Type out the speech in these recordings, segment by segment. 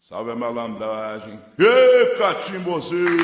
Salve a malandragem. Ê, catimbozeiro!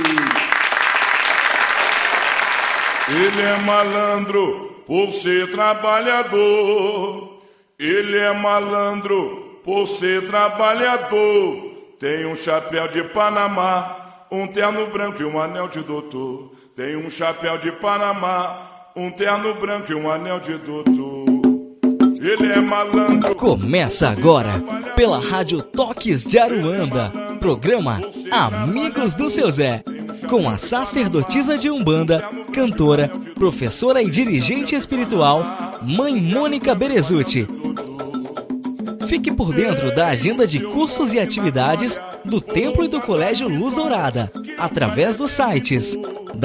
Ele é malandro por ser trabalhador. Ele é malandro por ser trabalhador. Tem um chapéu de Panamá, um terno branco e um anel de doutor. Tem um chapéu de Panamá, um terno branco e um anel de doutor. Ele é malandro. Começa agora, pela Rádio Toques de Aruanda, programa Amigos do Seu Zé, com a sacerdotisa de Umbanda, cantora, professora e dirigente espiritual, Mãe Mônica Berezutti. Fique por dentro da agenda de cursos e atividades do Templo e do Colégio Luz Dourada, através dos sites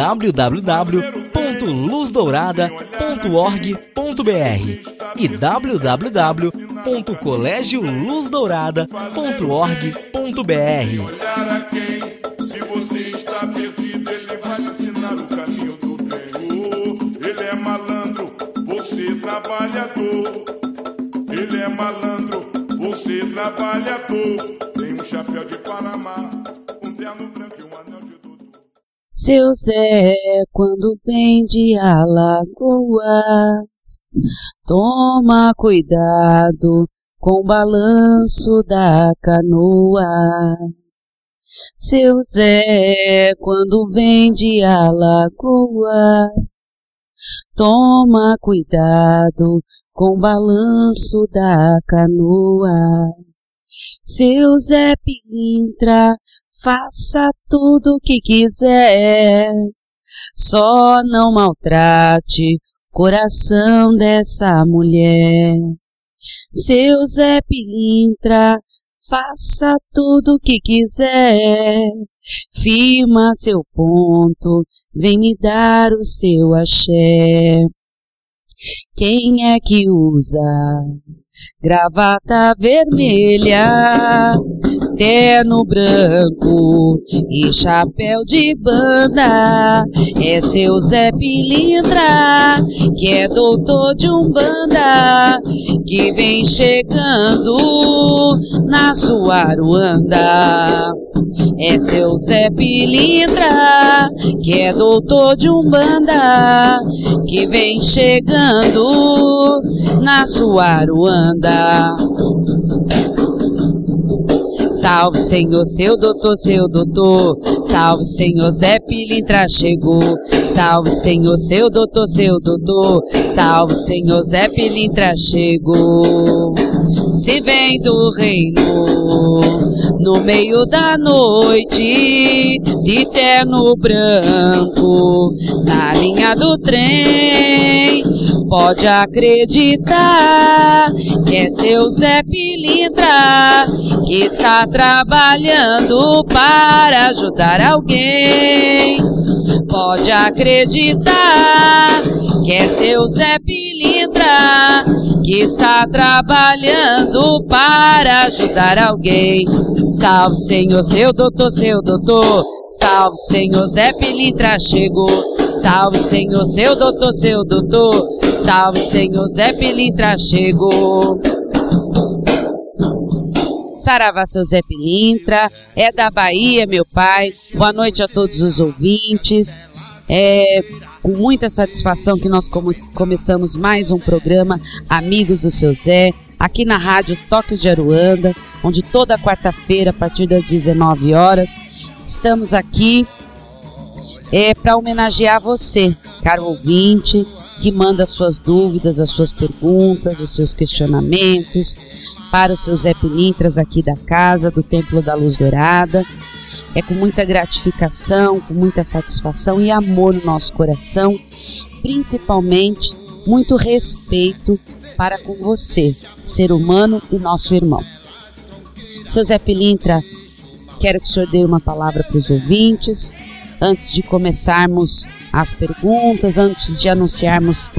www.luzdourada.org.br e www.colegioluzdourada.org.br. Se você está perdido, ele vai ensinar o caminho do bem. Ele é malandro, você trabalhador. Ele é malandro, você trabalhador. Tem um chapéu de Panamá, um terno branco e um anel de doutor. Seu Zé, quando vem de Alagoas, toma cuidado com o balanço da canoa. Seu Zé, quando vem de Alagoas, toma cuidado com o balanço da canoa. Seu Zé Pilintra, faça tudo o que quiser, só não maltrate o coração dessa mulher. Seu Zé Pilintra, faça tudo o que quiser, firma seu ponto, vem me dar o seu axé. Quem é que usa gravata vermelha, terno branco e chapéu de banda? É seu Zé Pilintra, que é doutor de Umbanda, que vem chegando na sua Aruanda. É seu Zé Pilintra, que é doutor de Umbanda, que vem chegando na sua Aruanda. Salve, Senhor, seu doutor, seu doutor. Salve, Senhor, Zé Pilintra chegou. Salve, Senhor, seu doutor, seu doutor. Salve, Senhor, Zé Pilintra chegou. Se vem do reino no meio da noite, de terno branco, na linha do trem, pode acreditar que é seu Zé Pilintra, que está trabalhando para ajudar alguém. Pode acreditar que é seu Zé Pilintra, que está trabalhando para ajudar alguém. Salve, Senhor, seu doutor, seu doutor. Salve, Senhor, Zé Pilintra chegou. Salve, Senhor, seu doutor, seu doutor. Salve, Senhor, Zé Pilintra chegou. Saravá, seu Zé Pilintra, é da Bahia, meu pai. Boa noite a todos os ouvintes. É com muita satisfação que nós começamos mais um programa Amigos do Seu Zé, aqui na Rádio Toques de Aruanda, onde toda quarta-feira, a partir das 19 horas, estamos aqui para homenagear você, caro ouvinte, que manda as suas dúvidas, as suas perguntas, os seus questionamentos para os seus Zé Pilintras aqui da casa, do Templo da Luz Dourada. É com muita gratificação, com muita satisfação e amor no nosso coração, principalmente muito respeito para com você, ser humano e nosso irmão. Seu Zé Pilintra, quero que o senhor dê uma palavra para os ouvintes, antes de começarmos as perguntas, antes de anunciarmos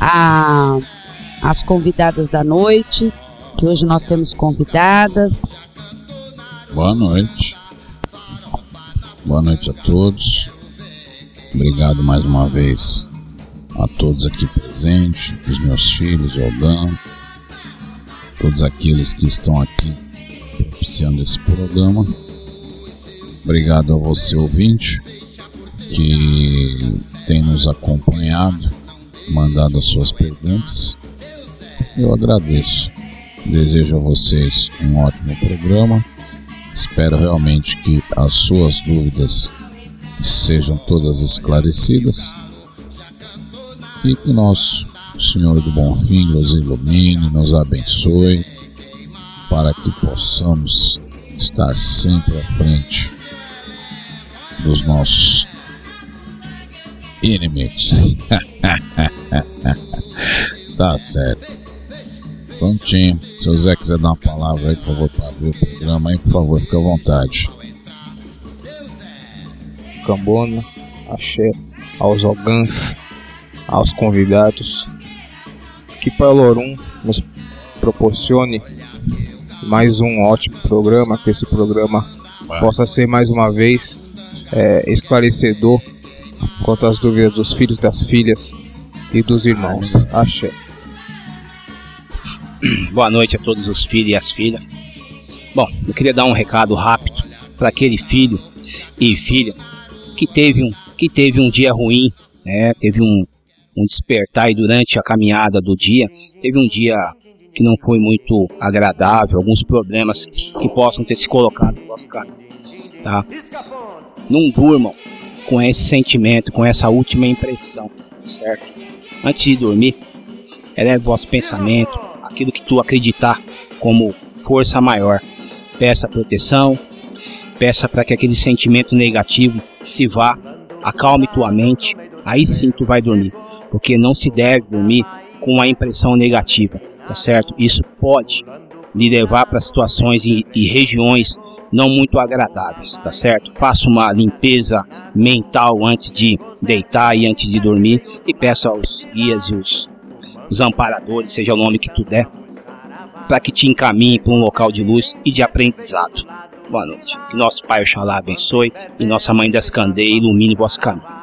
as convidadas da noite, que hoje nós temos convidadas. Boa noite. Boa noite a todos. Obrigado mais uma vez a todos aqui presentes, os meus filhos, o Algan, todos aqueles que estão aqui propiciando esse programa. Obrigado a você, ouvinte, que tem nos acompanhado, mandado as suas perguntas. Eu agradeço. Desejo a vocês um ótimo programa. Espero realmente que as suas dúvidas sejam todas esclarecidas e que nosso Senhor do Bom Fim nos ilumine, nos abençoe, para que possamos estar sempre à frente dos nossos inimigos. Tá certo. Prontinho. Se o Zé quiser dar uma palavra aí, por favor, para abrir o programa aí, por favor, fique à vontade. Cambona, axé, aos ogãs, aos convidados, que Pai Olorum nos proporcione mais um ótimo programa, que esse programa possa ser mais uma vez esclarecedor quanto às dúvidas dos filhos, das filhas e dos irmãos. Axé. Boa noite a todos os filhos e as filhas. Bom, eu queria dar um recado rápido para aquele filho e filha que teve um dia ruim, né? Teve um despertar aí durante a caminhada do dia, teve um dia que não foi muito agradável, alguns problemas que possam ter se colocado no nosso caminho, tá? Não durmam com esse sentimento, com essa última impressão, certo? Antes de dormir, eleve vosso pensamento, aquilo que tu acreditar como força maior. Peça proteção, peça para que aquele sentimento negativo se vá, acalme tua mente, aí sim tu vai dormir. Porque não se deve dormir com uma impressão negativa, tá certo? Isso pode lhe levar para situações e regiões não muito agradáveis, tá certo? Faça uma limpeza mental antes de deitar e antes de dormir e peça aos guias e os amparadores, seja o nome que tu der, para que te encaminhe para um local de luz e de aprendizado. Boa noite. Que nosso Pai Oxalá abençoe e nossa Mãe das Candeias ilumine vosso caminho.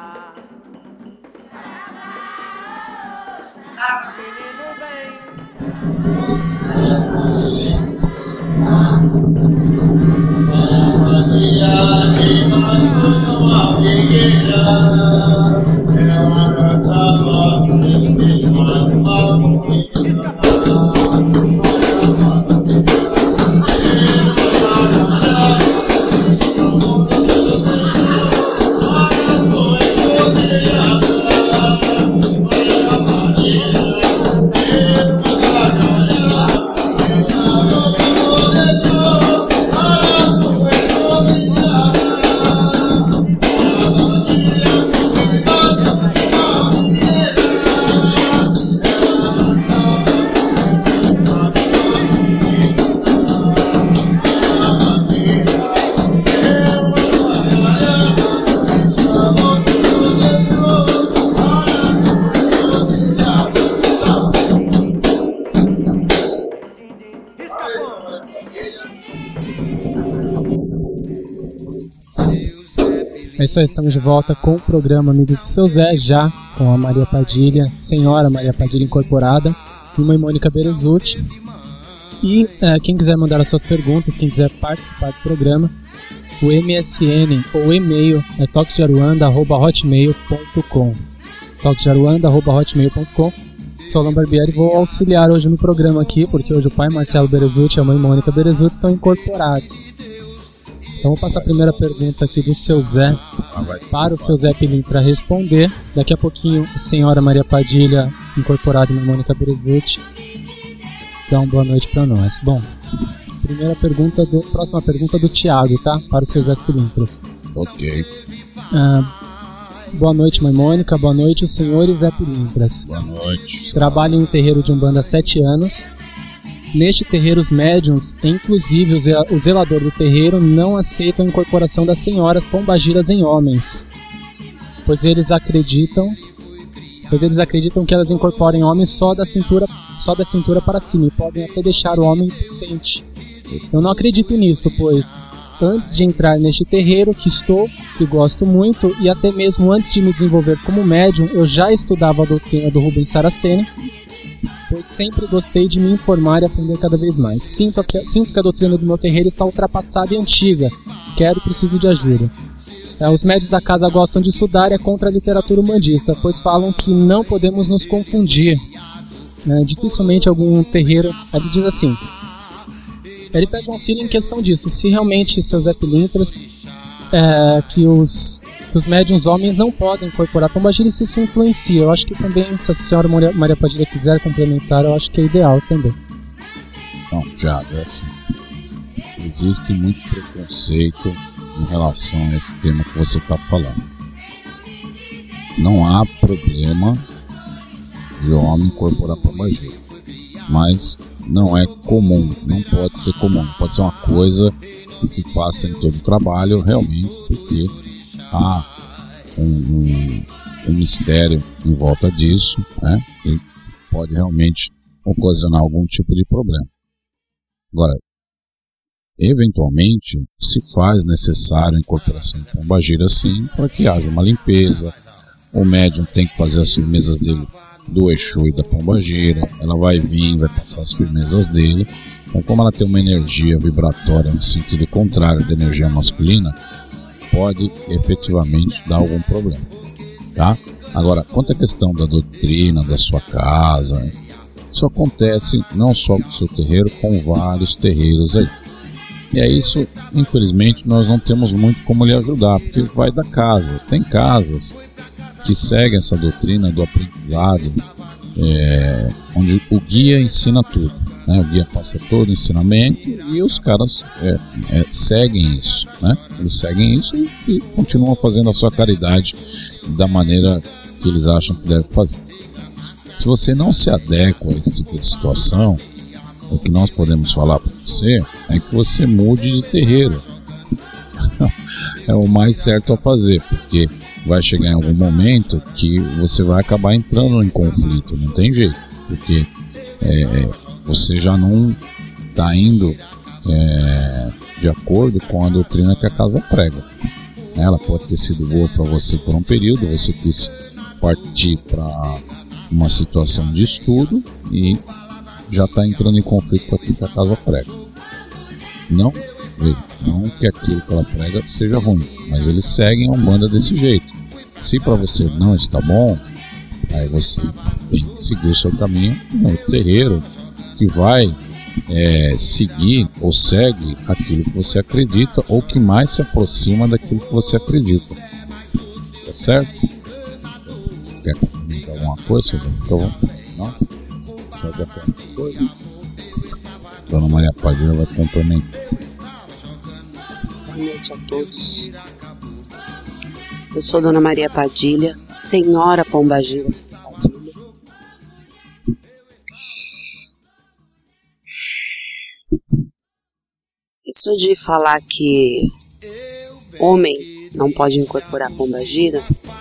É isso aí, estamos de volta com o programa Amigos do Seu Zé, já com a Maria Padilha, Senhora Maria Padilha Incorporada e Mãe Mônica Berezutti. E quem quiser mandar as suas perguntas, quem quiser participar do programa, o MSN ou e-mail é toquesdearuanda@hotmail.com. toquesdearuanda@hotmail.com. Sou Alan Barbieri e vou auxiliar hoje no programa aqui, porque hoje o pai Marcelo Berezutti e a mãe Mônica Berezutti estão incorporados. Então vou passar a primeira pergunta aqui do seu Zé para o seu Zé Pilintra responder. Daqui a pouquinho a senhora Maria Padilha Incorporada e a Mônica Berezutti dá uma boa noite para nós. Bom, próxima pergunta do Tiago, tá? Para o seu Zé Pilintras. Ok. Boa noite, mãe Mônica. Boa noite, os senhores Zé Pilintras. Boa noite. Trabalho em um terreiro de Umbanda há 7 anos. Neste terreiro, os médiuns, inclusive o zelador do terreiro, não aceitam a incorporação das senhoras pombagiras em homens, pois eles acreditam que elas incorporem homens só da cintura para cima e podem até deixar o homem impotente. Eu não acredito nisso, pois antes de entrar neste terreiro que gosto muito, e até mesmo antes de me desenvolver como médium, eu já estudava a doutrina do Rubens Saraceni, pois sempre gostei de me informar e aprender cada vez mais. Sinto que a doutrina do meu terreiro está ultrapassada e antiga. Quero e preciso de ajuda. Os médios da casa gostam de estudar e é contra a literatura umbandista, pois falam que não podemos nos confundir. Dificilmente algum terreiro... Ele diz assim... Ele pede um auxílio em questão disso. Se realmente, seu Zé Pilintras, que os médiuns homens não podem incorporar pombagira, se isso influencia. Eu acho que também, se a senhora Maria Padilha quiser complementar, eu acho que é ideal também. Não, já é assim. Existe muito preconceito em relação a esse tema que você está falando. Não há problema de homem incorporar pombagira, mas não é comum, não pode ser comum, pode ser uma coisa que se passa em todo o trabalho realmente, porque há um mistério em volta disso, né, que pode realmente ocasionar algum tipo de problema. Agora, eventualmente se faz necessário a incorporação de pombagira sim, para que haja uma limpeza. O médium tem que fazer as firmezas dele do Exu e da pombagira, ela vai vir, vai passar as firmezas dele. Então, como ela tem uma energia vibratória no sentido contrário da energia masculina, pode efetivamente dar algum problema, tá? Agora, quanto à questão da doutrina da sua casa, isso acontece não só com o seu terreiro, com vários terreiros aí. E é isso, infelizmente, nós não temos muito como lhe ajudar, porque vai da casa. Tem casas que seguem essa doutrina do aprendizado, onde o guia ensina tudo, né? O guia passa todo o ensinamento e os caras seguem isso, né? Eles seguem isso e continuam fazendo a sua caridade da maneira que eles acham que deve fazer. Se você não se adequa a esse tipo de situação, o que nós podemos falar para você é que você mude de terreiro. É o mais certo a fazer, porque vai chegar em algum momento que você vai acabar entrando em conflito, não tem jeito, porque você já não está indo de acordo com a doutrina que a casa prega. Ela pode ter sido boa para você por um período, você quis partir para uma situação de estudo e já está entrando em conflito com aquilo que a casa prega. Não que aquilo que ela prega seja ruim, mas eles seguem a Umbanda desse jeito. Se para você não está bom, aí você tem que seguir o seu caminho no terreiro que vai seguir ou segue aquilo que você acredita ou que mais se aproxima daquilo que você acredita. Tá certo? Quer comentar alguma coisa? Então, não? Pode até alguma coisa? Dona Maria Padilha vai complementar. Boa noite a todos. Eu sou Dona Maria Padilha, Senhora Pombagira Padilha. Isso de falar que homem não pode incorporar pombagira,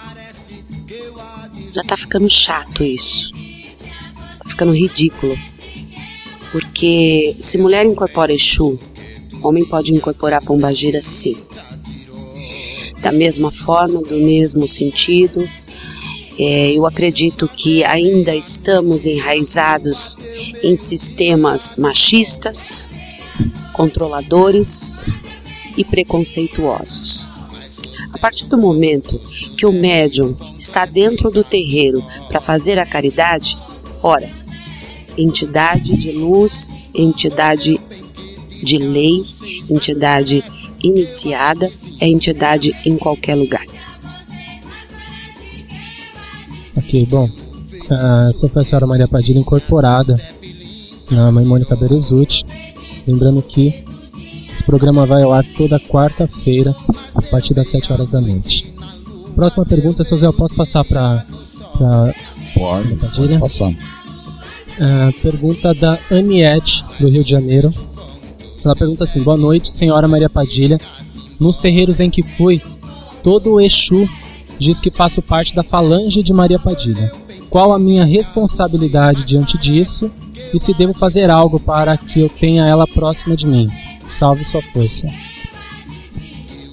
já tá ficando chato isso. Tá ficando ridículo. Porque se mulher incorpora Exu, homem pode incorporar pombagira sim. Da mesma forma, do mesmo sentido, eu acredito que ainda estamos enraizados em sistemas machistas, controladores e preconceituosos. A partir do momento que o médium está dentro do terreiro para fazer a caridade, ora, entidade de luz, entidade de lei, entidade iniciada, é entidade em qualquer lugar. Ok, bom. Essa foi a senhora Maria Padilha incorporada na Mãe Mônica Berezutti. Lembrando que esse programa vai ao ar toda quarta-feira, a partir das 7 horas da noite. Próxima pergunta, seu Zé, eu posso passar para Pode passar. Pergunta da Aniette, do Rio de Janeiro. Ela pergunta assim: boa noite, senhora Maria Padilha. Nos terreiros em que fui, todo o Exu diz que faço parte da falange de Maria Padilha. Qual a minha responsabilidade diante disso e se devo fazer algo para que eu tenha ela próxima de mim? Salve sua força.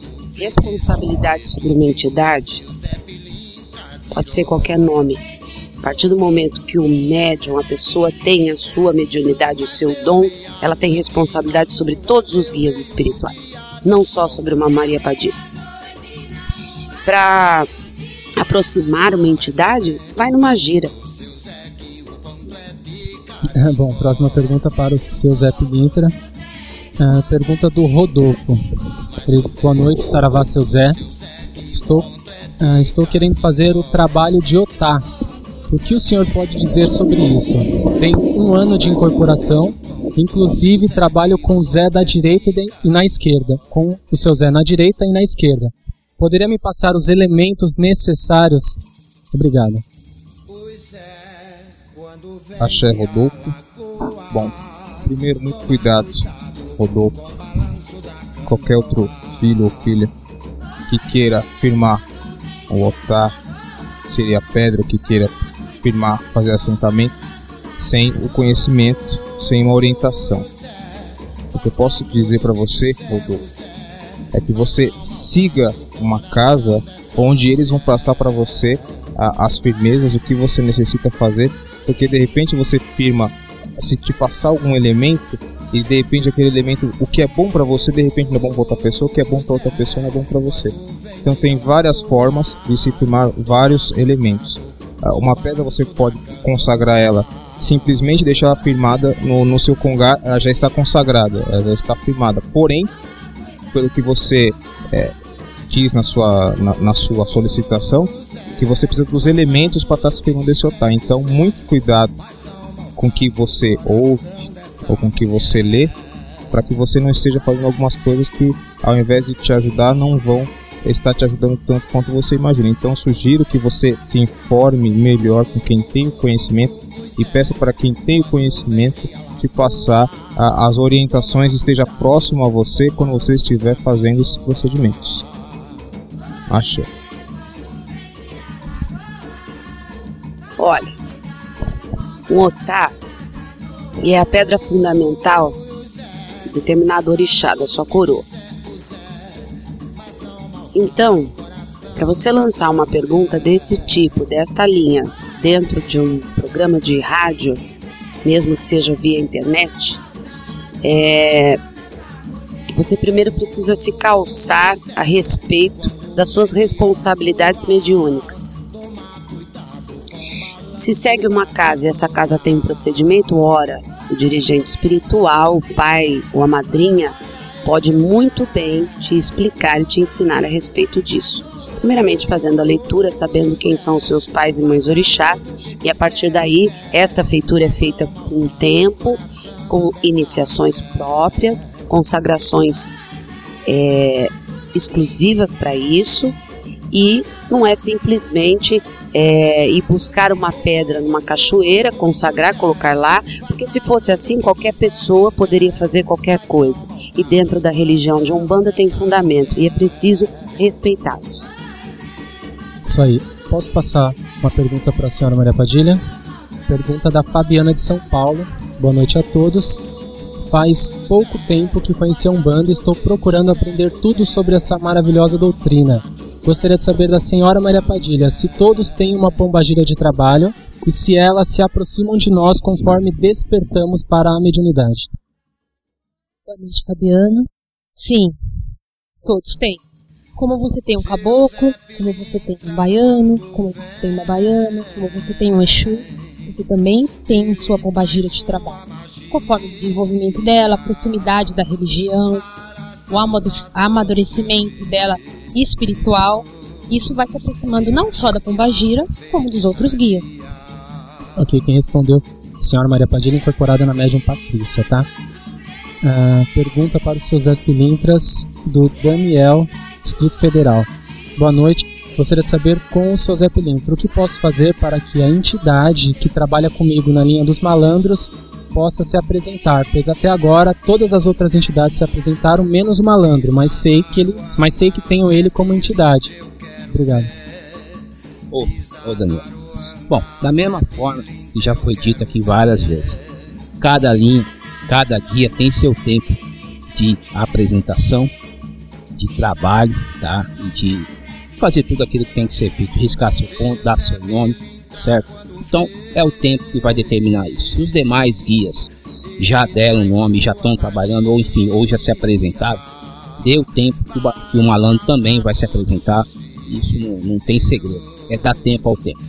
Responsabilidade sobre uma entidade pode ser qualquer nome. A partir do momento que o médium, a pessoa tem a sua mediunidade, o seu dom, ela tem responsabilidade sobre todos os guias espirituais, não só sobre uma Maria Padilha. Para aproximar uma entidade, vai numa gira. Bom, próxima pergunta para o seu Zé Pilintra. Pergunta do Rodolfo. Boa noite, saravá, seu Zé. Estou querendo fazer o trabalho de Otá. O que o senhor pode dizer sobre isso? Tenho 1 ano de incorporação, inclusive trabalho com o Zé da direita e na esquerda, com o seu Zé na direita e na esquerda. Poderia me passar os elementos necessários? Obrigado. Axé, Rodolfo. Bom, primeiro, muito cuidado, Rodolfo. Qualquer outro filho ou filha que queira firmar o Otá, seria a pedra, que queira firmar, fazer assentamento, sem o conhecimento, sem uma orientação. O que eu posso dizer para você, Rodolfo, é que você siga uma casa onde eles vão passar para você as firmezas, o que você necessita fazer, porque de repente você firma, se te passar algum elemento, e de repente aquele elemento, o que é bom para você, de repente não é bom para outra pessoa, o que é bom para outra pessoa não é bom para você. Então tem várias formas de se firmar vários elementos. Uma pedra você pode consagrar ela, simplesmente deixar ela firmada no seu congar, ela já está consagrada, ela já está firmada. Porém, pelo que você diz na sua solicitação, que você precisa dos elementos para estar se firmando esse Otá. Então, muito cuidado com o que você ouve ou com o que você lê, para que você não esteja fazendo algumas coisas que, ao invés de te ajudar, não vão estar te ajudando tanto quanto você imagina. Então, sugiro que você se informe melhor com quem tem o conhecimento e peça para quem tem o conhecimento te passar as orientações, esteja próximo a você quando você estiver fazendo esses procedimentos. Axé. Olha, o Otá é a pedra fundamental de determinado orixá da sua coroa. Então, para você lançar uma pergunta desse tipo, desta linha, dentro de um programa de rádio, mesmo que seja via internet, você primeiro precisa se calçar a respeito das suas responsabilidades mediúnicas. Se segue uma casa e essa casa tem um procedimento, ora, o dirigente espiritual, o pai ou a madrinha, pode muito bem te explicar e te ensinar a respeito disso. Primeiramente fazendo a leitura, sabendo quem são os seus pais e mães orixás, e a partir daí, esta feitura é feita com tempo, com iniciações próprias, consagrações exclusivas para isso, e não é simplesmente ir buscar uma pedra numa cachoeira, consagrar, colocar lá, porque se fosse assim, qualquer pessoa poderia fazer qualquer coisa. E dentro da religião de Umbanda tem fundamento e é preciso respeitá-los. Isso aí. Posso passar uma pergunta para a senhora Maria Padilha? Pergunta da Fabiana de São Paulo. Boa noite a todos. Faz pouco tempo que conheci a Umbanda e estou procurando aprender tudo sobre essa maravilhosa doutrina. Gostaria de saber da senhora Maria Padilha se todos têm uma pombagira de trabalho e se elas se aproximam de nós conforme despertamos para a mediunidade. Boa noite, Fabiano. Sim, todos têm. Como você tem um caboclo, como você tem um baiano, como você tem uma baiana, como você tem um Exu, você também tem sua pombagira de trabalho. Conforme o desenvolvimento dela, a proximidade da religião, o amadurecimento dela espiritual, isso vai se aproximando não só da pombagira, como dos outros guias. Ok, quem respondeu, senhora Maria Padilha, incorporada na médium Patrícia, tá? Pergunta para os seus Zé Pilintras, do Daniel, Distrito Federal. Boa noite, gostaria de saber com o seu Zé Pilintra o que posso fazer para que a entidade que trabalha comigo na linha dos malandros possa se apresentar, pois até agora todas as outras entidades se apresentaram, menos o malandro, mas sei que tenho ele como entidade. Obrigado. Ô Daniel. Bom, da mesma forma que já foi dito aqui várias vezes, cada linha, cada guia tem seu tempo de apresentação, de trabalho, tá? E de fazer tudo aquilo que tem que ser feito, riscar seu ponto, dar seu nome, certo? Então é o tempo que vai determinar isso. Os demais guias já deram o nome, já estão trabalhando, ou enfim, ou já se apresentaram. Deu tempo que o malandro também vai se apresentar. Isso não tem segredo, é dar tempo ao tempo.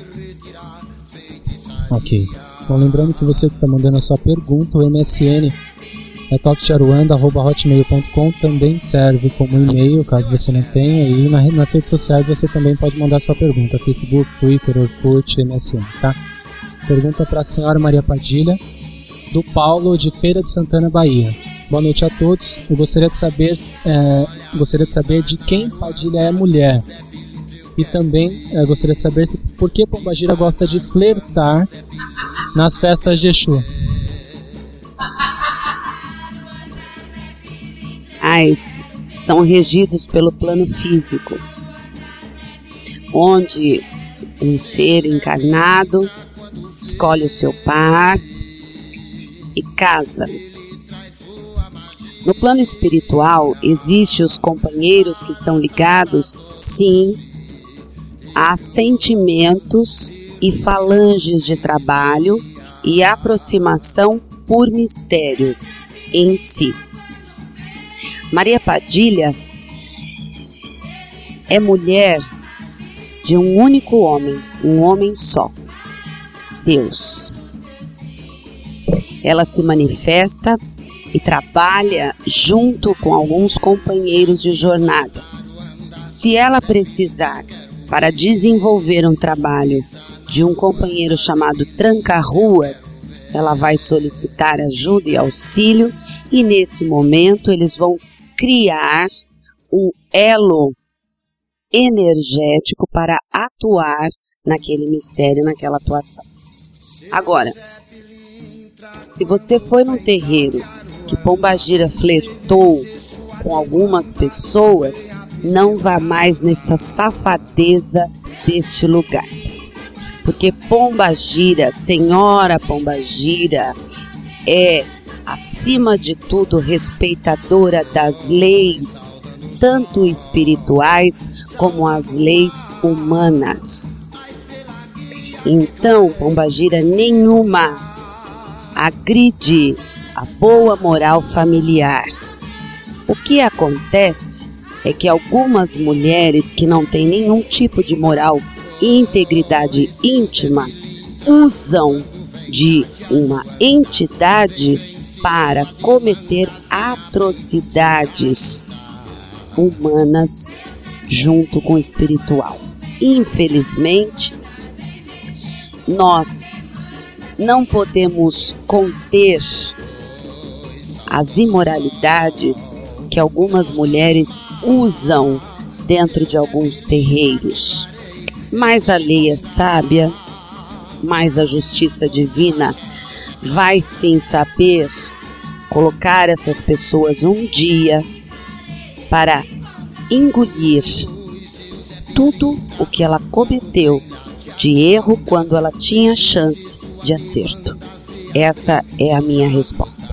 Ok. Bom, lembrando que você que está mandando a sua pergunta, o MSN é toquesdearuanda@hotmail.com, também serve como e-mail, caso você não tenha, e nas redes sociais você também pode mandar sua pergunta, Facebook, Twitter, Orkut, MSN, tá? Pergunta para a senhora Maria Padilha, do Paulo, de Feira de Santana, Bahia. Boa noite a todos. Eu gostaria de saber de quem Padilha é mulher. E também gostaria de saber por que Pombagira gosta de flertar nas festas de Exu. Mas são regidos pelo plano físico, onde um ser encarnado escolhe o seu par e casa. No plano espiritual, existem os companheiros que estão ligados, sim, a sentimentos e falanges de trabalho e aproximação por mistério em si. Maria Padilha é mulher de um único homem, um homem só, Deus. Ela se manifesta e trabalha junto com alguns companheiros de jornada. Se ela precisar para desenvolver um trabalho de um companheiro chamado tranca-ruas, ela vai solicitar ajuda e auxílio, e nesse momento eles vão criar um elo energético para atuar naquele mistério, naquela atuação. Agora, se você foi num terreiro que Pombagira flertou com algumas pessoas, não vá mais nessa safadeza deste lugar. Porque Pombagira, Senhora Pombagira, é, acima de tudo, respeitadora das leis, tanto espirituais como as leis humanas. Então, Pombagira nenhuma agride a boa moral familiar. O que acontece é que algumas mulheres que não têm nenhum tipo de moral e integridade íntima usam de uma entidade para cometer atrocidades humanas junto com o espiritual. Infelizmente, nós não podemos conter as imoralidades que algumas mulheres usam dentro de alguns terreiros. Mas a lei é sábia, mas a justiça divina vai sim saber colocar essas pessoas um dia para engolir tudo o que ela cometeu de erro quando ela tinha chance de acerto. Essa é a minha resposta.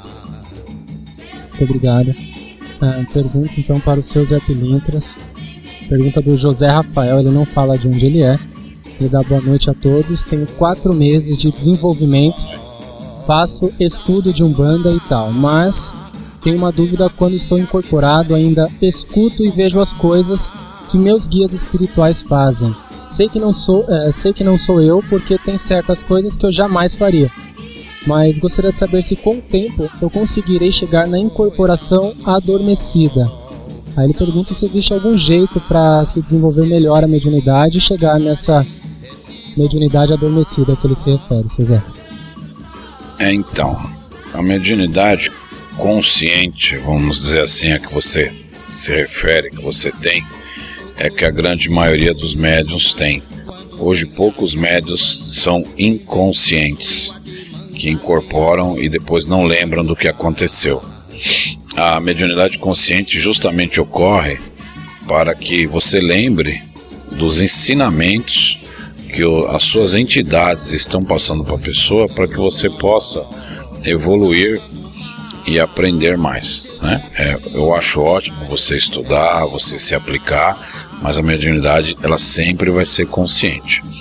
Muito obrigado. Pergunta então para os seus epilintras. Pergunta do José Rafael, ele não fala de onde ele é. Ele dá boa noite a todos. Tenho 4 meses de desenvolvimento, faço estudo de Umbanda e tal, mas tenho uma dúvida quando estou incorporado, ainda escuto e vejo as coisas que meus guias espirituais fazem. Sei que não sou eu, porque tem certas coisas que eu jamais faria. Mas gostaria de saber se com o tempo eu conseguirei chegar na incorporação adormecida. Aí ele pergunta se existe algum jeito para se desenvolver melhor a mediunidade e chegar nessa mediunidade adormecida que ele se refere, César. Então, a mediunidade consciente, vamos dizer assim, a que você se refere, que você tem, é que a grande maioria dos médiuns tem. Hoje poucos médiuns são inconscientes, que incorporam e depois não lembram do que aconteceu. A mediunidade consciente justamente ocorre para que você lembre dos ensinamentos que as suas entidades estão passando para a pessoa, para que você possa evoluir e aprender mais, né? Eu acho ótimo você estudar, você se aplicar, mas a mediunidade ela sempre vai ser consciente. O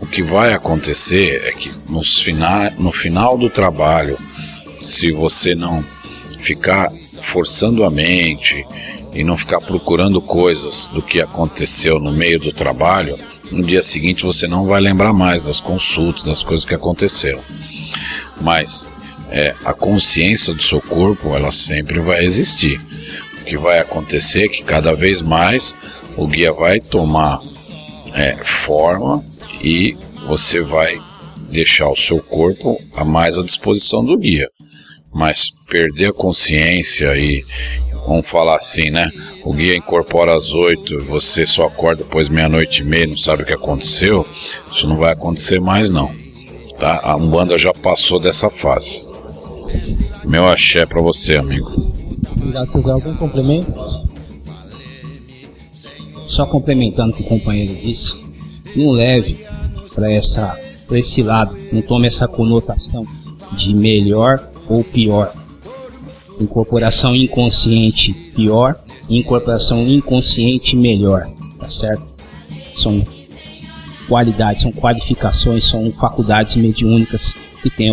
que vai acontecer é que no final do trabalho, se você não ficar forçando a mente e não ficar procurando coisas do que aconteceu no meio do trabalho, no dia seguinte você não vai lembrar mais das consultas, das coisas que aconteceram. Mas a consciência do seu corpo, ela sempre vai existir. O que vai acontecer é que cada vez mais o guia vai tomar forma e você vai deixar o seu corpo a mais à disposição do guia. Mas perder a consciência e, vamos falar assim, né? O guia incorpora às 8 e você só acorda depois 00:30, não sabe o que aconteceu. Isso não vai acontecer mais, não. Tá? A Umbanda já passou dessa fase. Meu axé pra você, amigo. Obrigado, César. Algum complemento? Só complementando o que o companheiro disse, não leve para esse lado, não tome essa conotação de melhor ou pior. Incorporação inconsciente pior, incorporação inconsciente melhor, tá certo? São qualidades, são qualificações, são faculdades mediúnicas que tem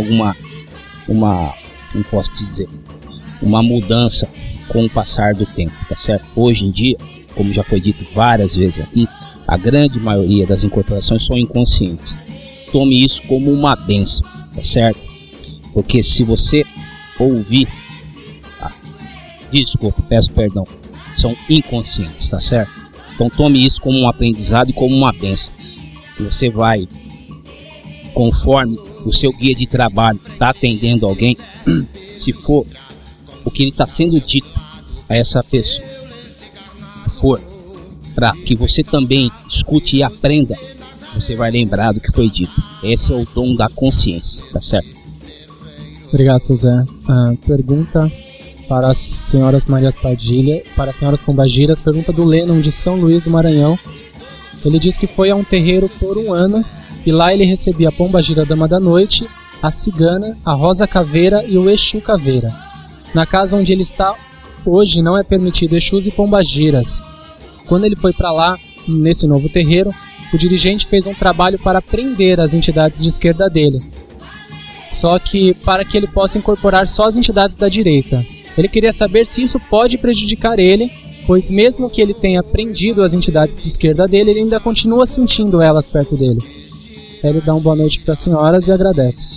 não posso dizer, uma mudança com o passar do tempo, tá certo? Hoje em dia, como já foi dito várias vezes aqui, a grande maioria das incorporações são inconscientes. Tome isso como uma bênção, tá certo? Porque se você ouvir, desculpa, peço perdão, são inconscientes, tá certo? Então tome isso como um aprendizado e como uma bênção. Você vai, conforme o seu guia de trabalho está atendendo alguém, se for o que ele está sendo dito a essa pessoa, for para que você também escute e aprenda, você vai lembrar do que foi dito. Esse é o dom da consciência, tá certo? Obrigado, José. Pergunta para as senhoras Marias Padilha, para as senhoras Pombagiras, pergunta do Lennon de São Luís do Maranhão. Ele diz que foi a um terreiro por 1 ano e lá ele recebia a Pombagira Dama da Noite, a Cigana, a Rosa Caveira e o Exu Caveira. Na casa onde ele está hoje não é permitido Exus e Pombagiras. Quando ele foi para lá, nesse novo terreiro, o dirigente fez um trabalho para prender as entidades de esquerda dele. Só que para que ele possa incorporar só as entidades da direita. Ele queria saber se isso pode prejudicar ele, pois mesmo que ele tenha prendido as entidades de esquerda dele, ele ainda continua sentindo elas perto dele. Ele dá uma boa noite para as senhoras e agradece.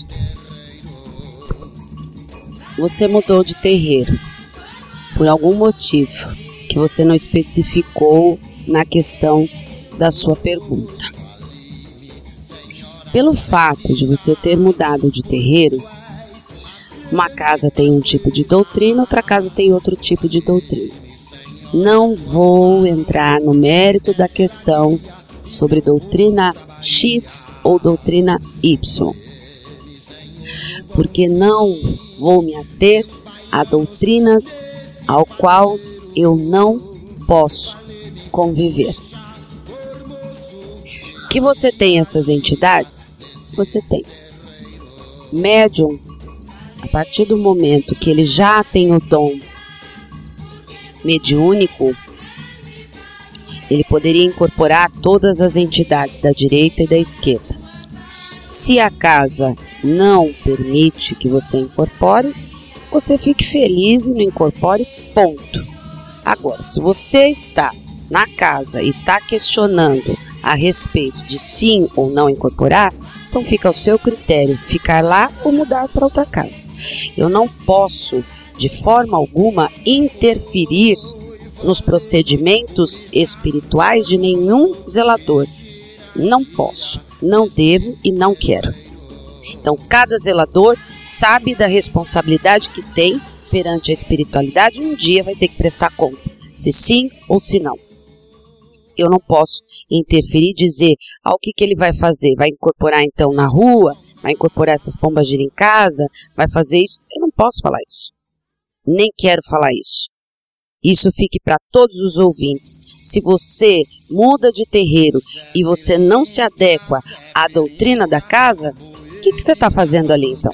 Você mudou de terreiro por algum motivo que você não especificou na questão da sua pergunta. Pelo fato de você ter mudado de terreiro, uma casa tem um tipo de doutrina, outra casa tem outro tipo de doutrina. Não vou entrar no mérito da questão sobre doutrina X ou doutrina Y, porque não vou me ater a doutrinas ao qual eu não posso conviver. Que você tem essas entidades? Você tem. Médium, a partir do momento que ele já tem o dom mediúnico, ele poderia incorporar todas as entidades da direita e da esquerda. Se a casa não permite que você incorpore, você fique feliz e não incorpore, ponto. Agora, se você está na casa e está questionando a respeito de sim ou não incorporar, então fica ao seu critério ficar lá ou mudar para outra casa. Eu não posso, de forma alguma, interferir nos procedimentos espirituais de nenhum zelador. Não posso, não devo e não quero. Então, cada zelador sabe da responsabilidade que tem perante a espiritualidade e um dia vai ter que prestar conta, se sim ou se não. Eu não posso interferir e dizer o que ele vai fazer. Vai incorporar então na rua? Vai incorporar essas pombagiras em casa? Vai fazer isso? Eu não posso falar isso. Nem quero falar isso. Isso fique para todos os ouvintes. Se você muda de terreiro e você não se adequa à doutrina da casa, o que você está fazendo ali então?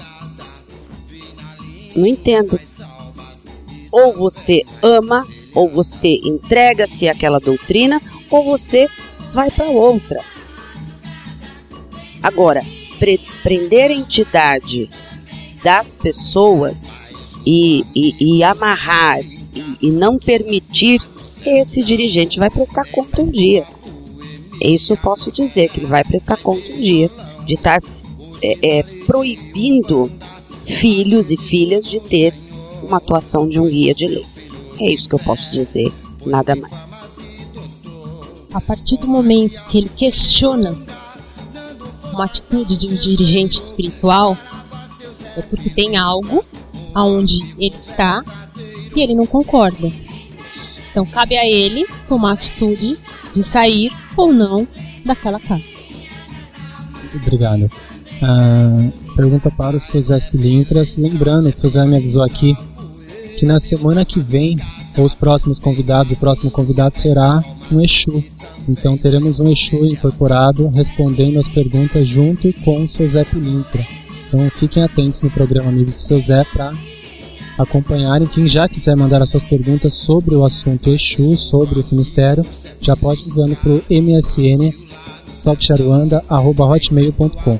Não entendo. Ou você ama, ou você entrega-se àquela doutrina, ou você vai para outra. Agora, prender a entidade das pessoas e amarrar e não permitir, esse dirigente vai prestar conta um dia. Isso eu posso dizer, que ele vai prestar conta um dia de estar proibindo filhos e filhas de ter uma atuação de um guia de lei. É isso que eu posso dizer, nada mais. A partir do momento que ele questiona uma atitude de um dirigente espiritual, é porque tem algo aonde ele está e ele não concorda. Então cabe a ele tomar a atitude de sair ou não daquela casa. Obrigado. Pergunta para o seu Zé Pilintras. Lembrando que o seu Zé me avisou aqui que na semana que vem, os próximos convidados, o próximo convidado será um Exu. Então teremos um Exu incorporado respondendo as perguntas junto com o seu Zé Pilintra. Então fiquem atentos no programa Amigos do Seu Zé para acompanharem. Quem já quiser mandar as suas perguntas sobre o assunto Exu, sobre esse mistério, já pode ir enviando para o MSN toquesdearuanda@hotmail.com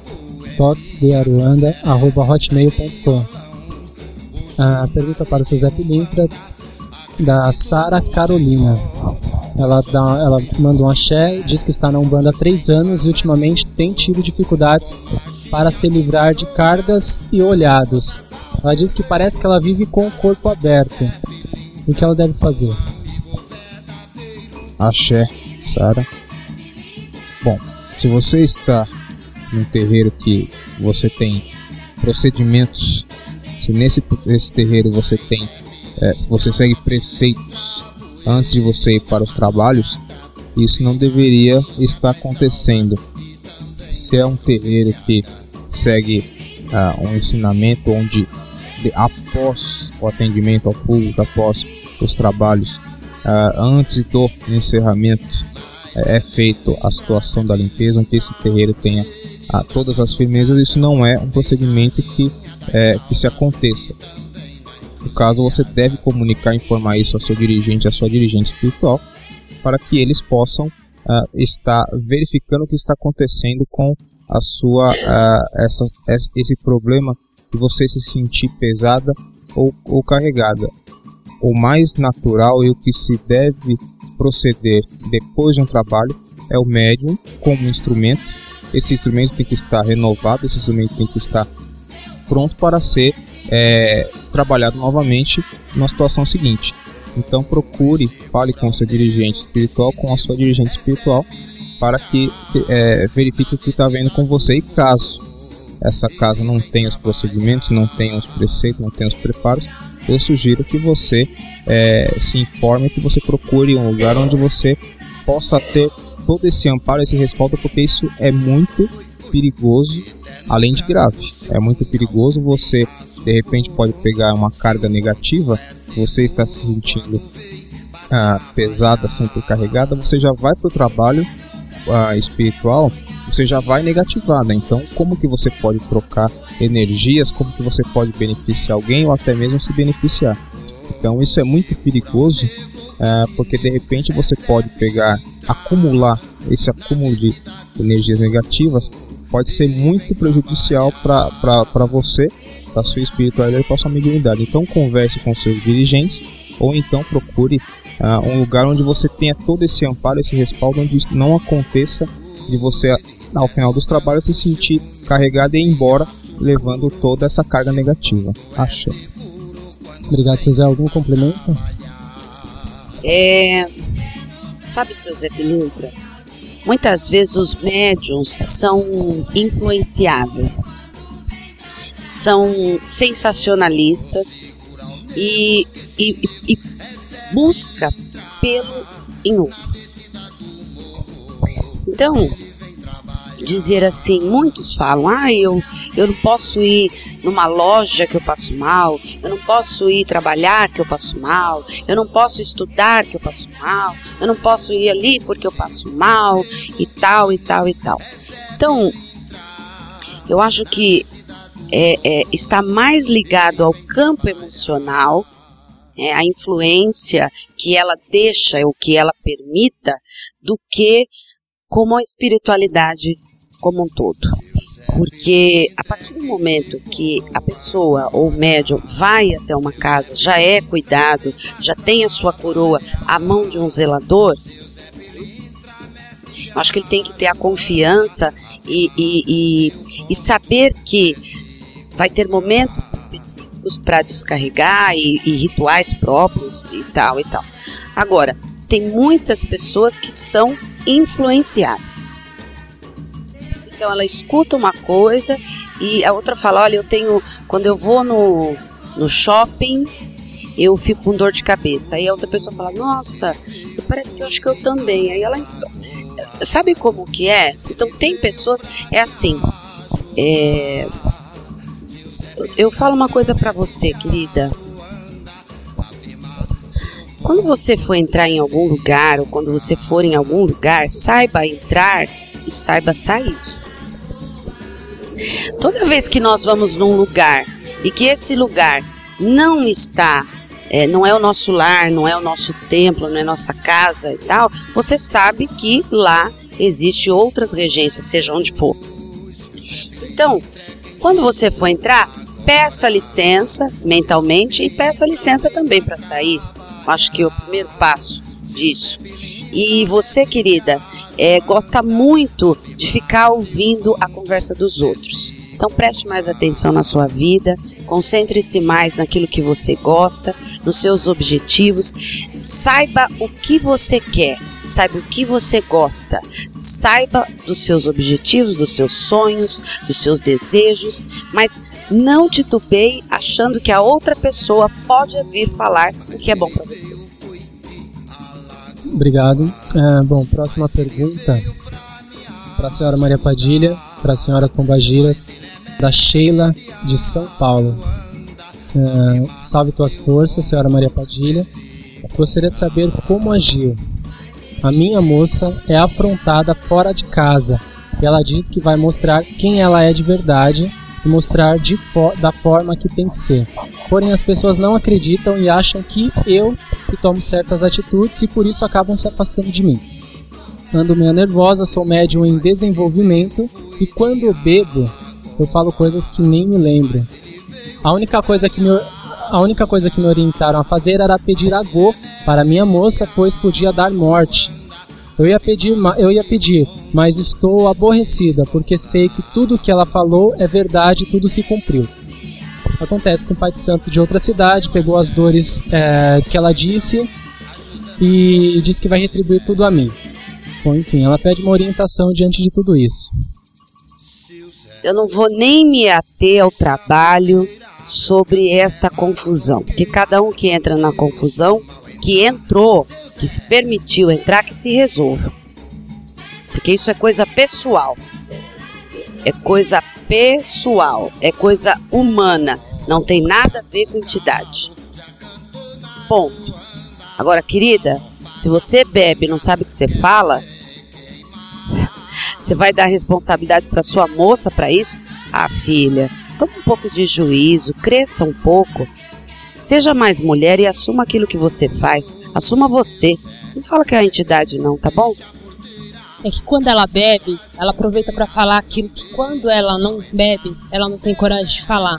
toquesdearuanda@hotmail.com. A pergunta para o seu Zé Pilintra, da Sara Carolina. Ela mandou um axé, diz que está na Umbanda há 3 anos e ultimamente tem tido dificuldades para se livrar de cargas e olhados. Ela diz que parece que ela vive com o corpo aberto. O que ela deve fazer? Axé, Sara. Bom, se você está num terreiro que você tem procedimentos, se nesse terreiro você tem, se você segue preceitos antes de você ir para os trabalhos, isso não deveria estar acontecendo. Se é um terreiro que segue um ensinamento onde após o atendimento ao público, após os trabalhos, antes do encerramento, é feito a situação da limpeza, onde esse terreiro tenha todas as firmezas, isso não é um procedimento que se aconteça. No caso, você deve comunicar, informar isso ao seu dirigente, à sua dirigente espiritual, para que eles possam estar verificando o que está acontecendo com a sua esse problema de você se sentir pesada ou carregada. O mais natural e o que se deve proceder depois de um trabalho é o médium como instrumento. Esse instrumento tem que estar renovado, esse instrumento tem que estar pronto para ser trabalhado novamente na situação seguinte. Então procure, fale com o seu dirigente espiritual, com a sua dirigente espiritual, para que verifique o que está vendo com você. E caso essa casa não tenha os procedimentos, não tenha os preceitos, não tenha os preparos, eu sugiro que você se informe, que você procure um lugar onde você possa ter todo esse amparo, esse respaldo, porque isso é muito perigoso, além de grave. É muito perigoso. Você de repente pode pegar uma carga negativa, você está se sentindo pesada, sempre carregada, você já vai para o trabalho espiritual, você já vai negativada. Então como que você pode trocar energias, como que você pode beneficiar alguém ou até mesmo se beneficiar? Então isso é muito perigoso, porque de repente você pode acumular esse acúmulo de energias negativas, pode ser muito prejudicial para você, para sua espiritualidade e para sua mediunidade. Então converse com seus dirigentes, ou então procure um lugar onde você tenha todo esse amparo, esse respaldo, onde isso não aconteça de você, ao final dos trabalhos, se sentir carregado e ir embora levando toda essa carga negativa. Axé. Obrigado, seu Zé. Algum complemento? Sabe, seu Zé Pilintra, muitas vezes os médiuns são influenciáveis, são sensacionalistas e busca pelo em outro. Então, dizer assim, muitos falam, eu não posso ir numa loja que eu passo mal, eu não posso ir trabalhar que eu passo mal, eu não posso estudar que eu passo mal, eu não posso ir ali porque eu passo mal, e tal, e tal, e tal. Então, eu acho que está mais ligado ao campo emocional, a influência que ela deixa, ou que ela permita, do que como a espiritualidade como um todo. Porque a partir do momento que a pessoa ou o médium vai até uma casa, já é cuidado, já tem a sua coroa à mão de um zelador, eu acho que ele tem que ter a confiança e saber que vai ter momentos específicos para descarregar e rituais próprios e tal e tal. Agora, tem muitas pessoas que são influenciáveis. Então ela escuta uma coisa e a outra fala, olha, quando eu vou no shopping, eu fico com dor de cabeça. Aí a outra pessoa fala, nossa, parece que eu acho que eu também. Aí ela, sabe como que é? Então tem pessoas, é assim, eu falo uma coisa pra você, querida. Quando você for entrar em algum lugar, ou quando você for em algum lugar, saiba entrar e saiba sair. Toda vez que nós vamos num lugar e que esse lugar não está, não é o nosso lar, não é o nosso templo, não é nossa casa e tal, você sabe que lá existe outras regências, seja onde for. Então, quando você for entrar, peça licença mentalmente e peça licença também para sair. Acho que é o primeiro passo disso. E você, querida, gosta muito de ficar ouvindo a conversa dos outros. Então preste mais atenção na sua vida, concentre-se mais naquilo que você gosta, nos seus objetivos, saiba o que você quer, saiba o que você gosta, saiba dos seus objetivos, dos seus sonhos, dos seus desejos, mas não titubeie achando que a outra pessoa pode vir falar o que é bom para você. Obrigado. Bom, próxima pergunta para a senhora Maria Padilha, para a senhora Pombagiras, da Sheila de São Paulo. Salve tuas forças, senhora Maria Padilha. Gostaria de saber como agir. A minha moça é afrontada fora de casa. Ela diz que vai mostrar quem ela é de verdade e mostrar da forma que tem que ser. Porém, as pessoas não acreditam e acham que eu tomo certas atitudes e por isso acabam se afastando de mim. Ando meio nervosa, sou médium em desenvolvimento e quando eu bebo, eu falo coisas que nem me lembro. A única coisa que me orientaram a fazer era pedir agô para minha moça, pois podia dar morte. Eu ia pedir, mas estou aborrecida, porque sei que tudo o que ela falou é verdade e tudo se cumpriu. Acontece que um pai de santo de outra cidade pegou as dores que ela disse e disse que vai retribuir tudo a mim. Bom, enfim, ela pede uma orientação diante de tudo isso. Eu não vou nem me ater ao trabalho sobre esta confusão, porque cada um que entra na confusão, que entrou, que se permitiu entrar, que se resolva. Porque isso é coisa pessoal. É coisa pessoal, é coisa humana, não tem nada a ver com entidade. Ponto. Agora, querida, se você bebe e não sabe o que você fala, você vai dar responsabilidade para sua moça para isso? Ah, filha, toma um pouco de juízo, cresça um pouco. Seja mais mulher e assuma aquilo que você faz. Assuma você. Não fala que é a entidade não, tá bom? É que quando ela bebe, ela aproveita para falar aquilo que quando ela não bebe, ela não tem coragem de falar.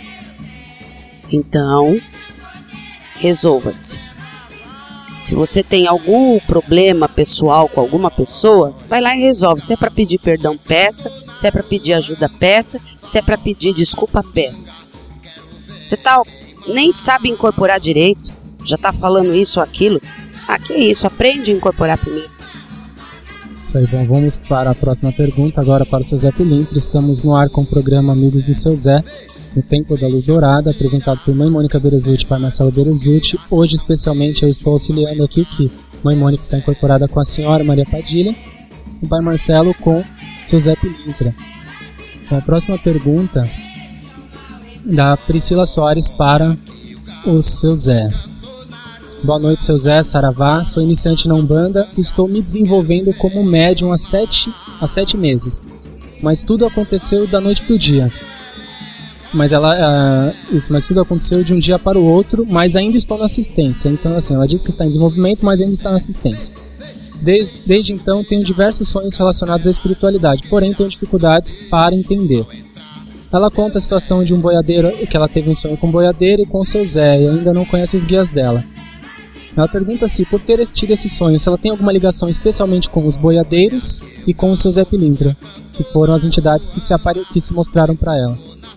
Então, resolva-se. Se você tem algum problema pessoal com alguma pessoa, vai lá e resolve. Se é para pedir perdão, peça. Se é para pedir ajuda, peça. Se é para pedir desculpa, peça. Você nem sabe incorporar direito, já tá falando isso ou aquilo. Ah, que isso, aprende a incorporar primeiro. Isso aí, bom, vamos para a próxima pergunta, agora para o seu Zé Pilintra. Estamos no ar com o programa Amigos do Seu Zé, no Templo da Luz Dourada, apresentado por Mãe Mônica Berezutti e Pai Marcelo Berezutti. Hoje, especialmente, eu estou auxiliando aqui, que Mãe Mônica está incorporada com a senhora Maria Padilha, e o Pai Marcelo com o seu Zé Pilintra. Então, a próxima pergunta da Priscila Soares para o seu Zé. Boa noite, seu Zé, saravá. Sou iniciante na Umbanda e estou me desenvolvendo como médium há 7 meses. Mas tudo aconteceu da noite para o dia. Mas tudo aconteceu de um dia para o outro, mas ainda estou na assistência. Então, assim, ela diz que está em desenvolvimento, mas ainda está na assistência. Desde então tenho diversos sonhos relacionados à espiritualidade, porém tenho dificuldades para entender. Ela conta a situação de um boiadeiro, que ela teve um sonho com um boiadeiro e com seu Zé, e ainda não conhece os guias dela. Ela pergunta se, por ter tido esse sonho, se ela tem alguma ligação especialmente com os boiadeiros e com o seu Zé Pilintra, que foram as entidades que se mostraram para ela.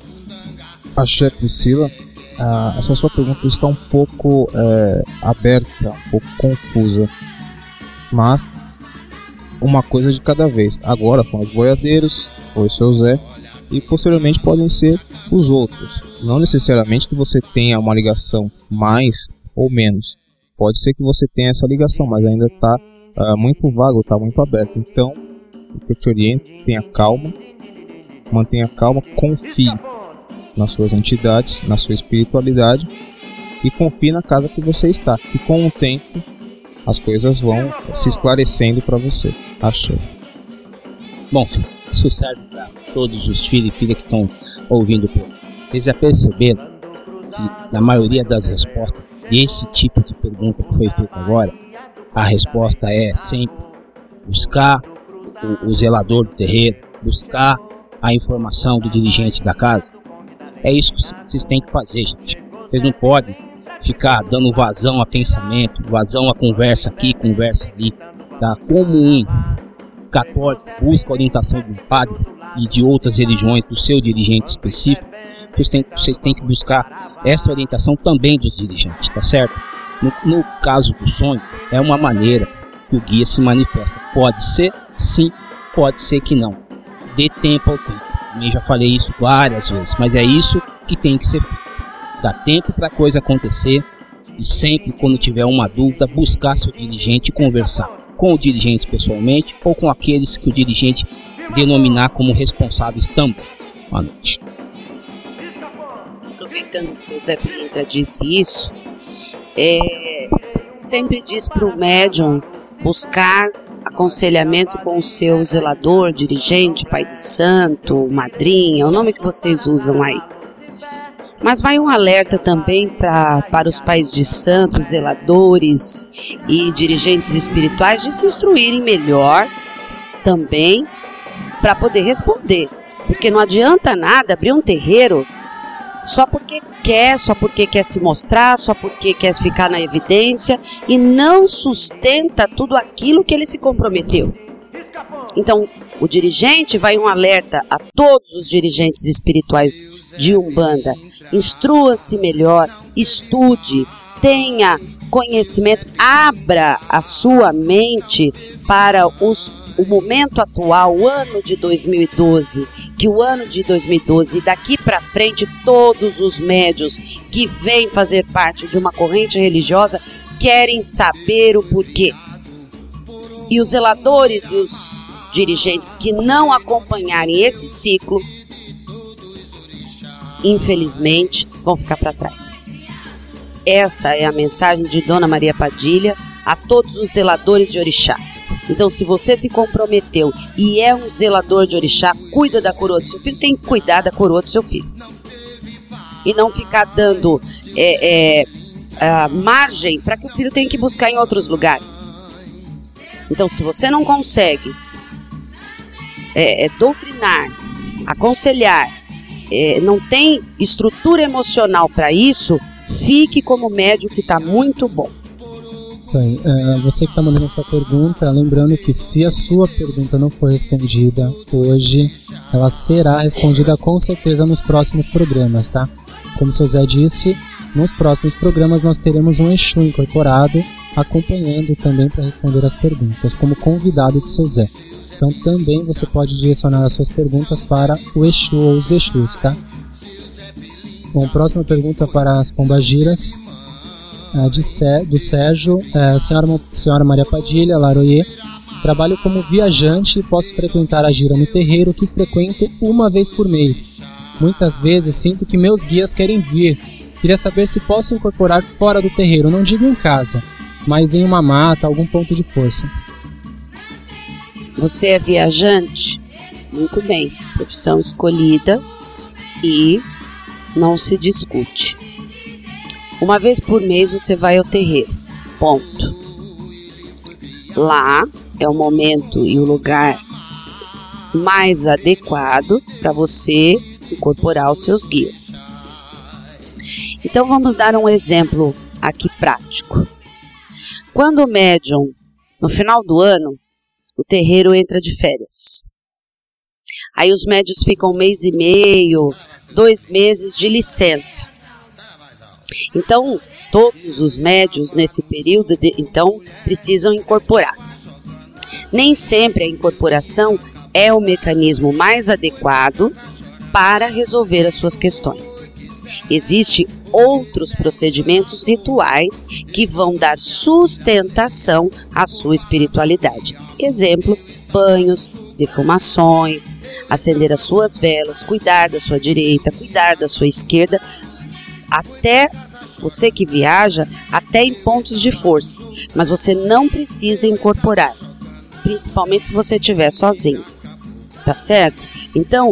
Axé, Priscila, essa sua pergunta está um pouco aberta, um pouco confusa, mas uma coisa de cada vez. Agora foram os boiadeiros, foi o seu Zé, e posteriormente podem ser os outros. Não necessariamente que você tenha uma ligação mais ou menos. Pode ser que você tenha essa ligação, mas ainda está muito vago, está muito aberto. Então, o que eu te oriento, tenha calma, mantenha calma, confie nas suas entidades, na sua espiritualidade e confie na casa que você está. E com o tempo, as coisas vão se esclarecendo para você. Achei. Bom, isso serve para todos os filhos e filhas que estão ouvindo o programa. Vocês já perceberam que na maioria das respostas desse tipo de pergunta que foi feita agora, a resposta é sempre buscar o zelador do terreiro, buscar a informação do dirigente da casa. É isso que vocês têm que fazer, gente. Vocês não podem ficar dando vazão a pensamento, vazão a conversa aqui, conversa ali. Tá? Como um católico busca a orientação do padre e de outras religiões, do seu dirigente específico, vocês têm que buscar essa orientação também dos dirigentes, tá certo? No caso do sonho, é uma maneira que o guia se manifesta. Pode ser sim, pode ser que não. Dê tempo ao tempo. Eu já falei isso várias vezes, mas é isso que tem que ser feito. Dá tempo para a coisa acontecer e sempre, quando tiver uma dúvida, buscar seu dirigente e conversar com o dirigente pessoalmente ou com aqueles que o dirigente denominar como responsáveis também. Boa noite. Aproveitando que o seu Zé Pilintra disse isso, sempre diz para o médium buscar aconselhamento com o seu zelador, dirigente, pai de santo, madrinha, o nome que vocês usam aí. Mas vai um alerta também para os pais de santos, zeladores e dirigentes espirituais de se instruírem melhor também para poder responder. Porque não adianta nada abrir um terreiro só porque quer se mostrar, só porque quer ficar na evidência e não sustenta tudo aquilo que ele se comprometeu. Então, o dirigente vai um alerta a todos os dirigentes espirituais de Umbanda. Instrua-se melhor, estude, tenha conhecimento, abra a sua mente para o momento atual, o ano de 2012, que o ano de 2012 e daqui para frente todos os médiuns que vêm fazer parte de uma corrente religiosa querem saber o porquê. E os zeladores e os dirigentes que não acompanharem esse ciclo, infelizmente, vão ficar para trás. Essa é a mensagem de Dona Maria Padilha a todos os zeladores de Orixá. Então, se você se comprometeu e é um zelador de Orixá, cuida da coroa do seu filho, tem que cuidar da coroa do seu filho. E não ficar dando margem para que o filho tenha que buscar em outros lugares. Então, se você não consegue doutrinar, aconselhar, não tem estrutura emocional para isso, fique como médium que está muito bom. Você que está mandando a sua pergunta, lembrando que se a sua pergunta não for respondida hoje, ela será respondida com certeza nos próximos programas, tá? Como o seu Zé disse, nos próximos programas nós teremos um Exu incorporado acompanhando também para responder as perguntas, como convidado do seu Zé. Então também você pode direcionar as suas perguntas para o Exu ou os Exus, tá? Bom, próxima pergunta para as pombagiras. Do Sérgio, senhora Maria Padilha, Laroie. Trabalho como viajante e posso frequentar a gira no terreiro que frequento uma vez por mês. Muitas vezes sinto que meus guias querem vir. Queria saber se posso incorporar fora do terreiro, não digo em casa, mas em uma mata, algum ponto de força. Você é viajante? Muito bem, profissão escolhida e não se discute. Uma vez por mês você vai ao terreiro, ponto. lá é o momento e o lugar mais adequado para você incorporar os seus guias. Então vamos dar um exemplo aqui prático. Quando o médium, no final do ano, o terreiro entra de férias. Aí os médiuns ficam 1 mês e meio, 2 meses de licença. Então, todos os médiuns nesse período, então, precisam incorporar. Nem sempre a incorporação é o mecanismo mais adequado para resolver as suas questões. Existem outros procedimentos rituais que vão dar sustentação à sua espiritualidade. Exemplo, banhos, defumações, acender as suas velas, cuidar da sua direita, cuidar da sua esquerda, até você que viaja, até em pontos de força. Mas você não precisa incorporar, principalmente se você estiver sozinho, tá certo? Então,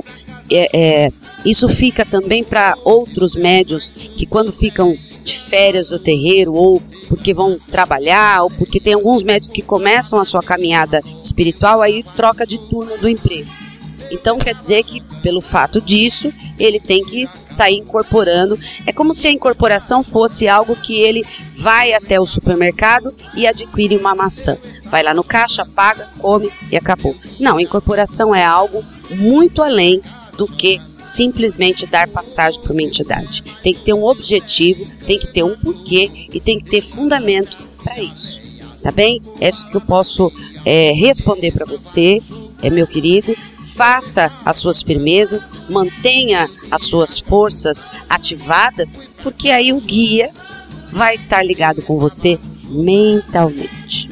isso fica também para outros médiuns que quando ficam de férias do terreiro, ou porque vão trabalhar, ou porque tem alguns médiuns que começam a sua caminhada espiritual, aí troca de turno do emprego. Então quer dizer que, pelo fato disso, ele tem que sair incorporando. É como se a incorporação fosse algo que ele vai até o supermercado e adquire uma maçã. Vai lá no caixa, paga, come e acabou. Não, a incorporação é algo muito além do que simplesmente dar passagem para uma entidade. Tem que ter um objetivo, tem que ter um porquê e tem que ter fundamento para isso. Tá bem? É isso que eu posso responder para você, meu querido. Faça as suas firmezas, mantenha as suas forças ativadas, porque aí o guia vai estar ligado com você mentalmente.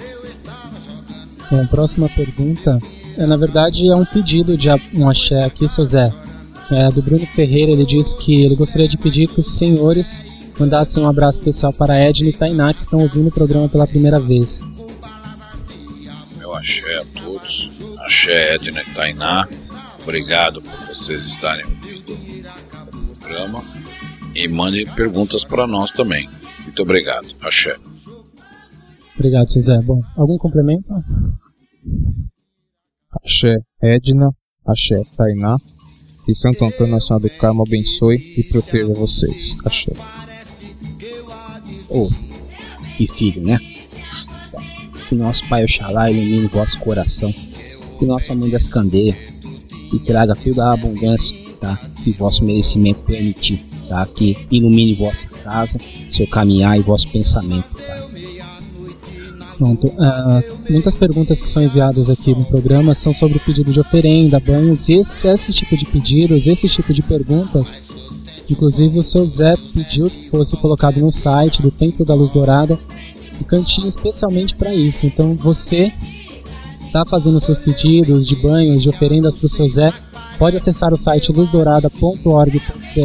Bom, próxima pergunta. Na verdade, é um pedido de um axé aqui, seu Zé. Do Bruno Ferreira. Ele diz que ele gostaria de pedir que os senhores mandassem um abraço especial para Edna e Tainá, que estão ouvindo o programa pela primeira vez. Meu axé a todos. Axé, Edna e Tainá. Obrigado por vocês estarem ouvindo o programa. E mande perguntas para nós também. Muito obrigado. Axé. Obrigado, seu Zé. Bom, algum complemento? Axé Edna, Axé Tainá, e Santo Antônio Nossa Senhora do Carmo abençoe e proteja vocês. Axé. E filho, né? Que nosso Pai Oxalá ilumine vosso coração, que nossa Mãe das Candeias e traga fio da abundância, tá? Que vosso merecimento permitir, tá? Que ilumine vossa casa, seu caminhar e vosso pensamento, tá? Pronto. Muitas perguntas que são enviadas aqui no programa são sobre o pedido de oferenda, banhos, e esse tipo de pedidos, esse tipo de perguntas. Inclusive o seu Zé pediu que fosse colocado no site do Templo da Luz Dourada um cantinho especialmente para isso. Então você está fazendo seus pedidos de banhos, de oferendas para o seu Zé, pode acessar o site luzdourada.org.br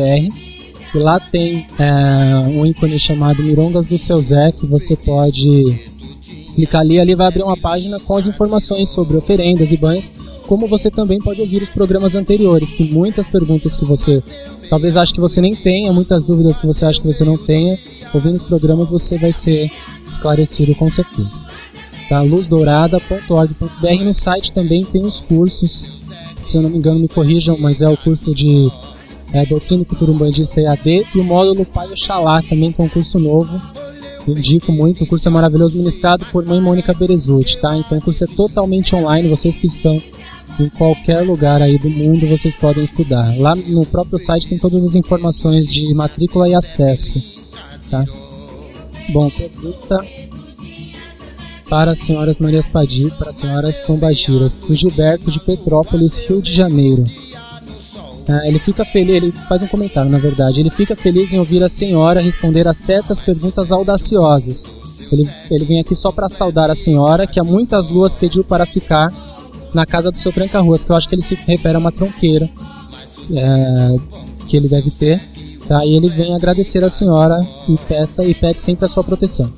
e lá tem um ícone chamado Mirongas do seu Zé, que você pode clicar ali vai abrir uma página com as informações sobre oferendas e banhos, como você também pode ouvir os programas anteriores, que muitas perguntas que você talvez ache que você nem tenha, muitas dúvidas que você acha que você não tenha, ouvindo os programas você vai ser esclarecido com certeza. Tá? luzdourada.org.br. No site também tem os cursos, se eu não me engano me corrijam, mas é o curso de Doutrina e Cultura Umbandista EAD e o módulo Pai Oxalá também, que é um curso novo. Indico muito, o curso é maravilhoso, ministrado por Mãe Mônica Berezutti, tá? Então o curso é totalmente online, vocês que estão em qualquer lugar aí do mundo, vocês podem estudar. Lá no próprio site tem todas as informações de matrícula e acesso, tá? Bom, pergunta para as senhoras Marias Padilha, para as senhoras Pombagiras, o Gilberto de Petrópolis, Rio de Janeiro. Ele fica feliz, ele faz um comentário, na verdade. Ele fica feliz em ouvir a senhora responder a certas perguntas audaciosas. Ele vem aqui só para saudar a senhora, que há muitas luas pediu para ficar na casa do seu Tranca-Ruas, que eu acho que ele se refere a uma tronqueira que ele deve ter. Tá? E ele vem agradecer a senhora e pede sempre a sua proteção.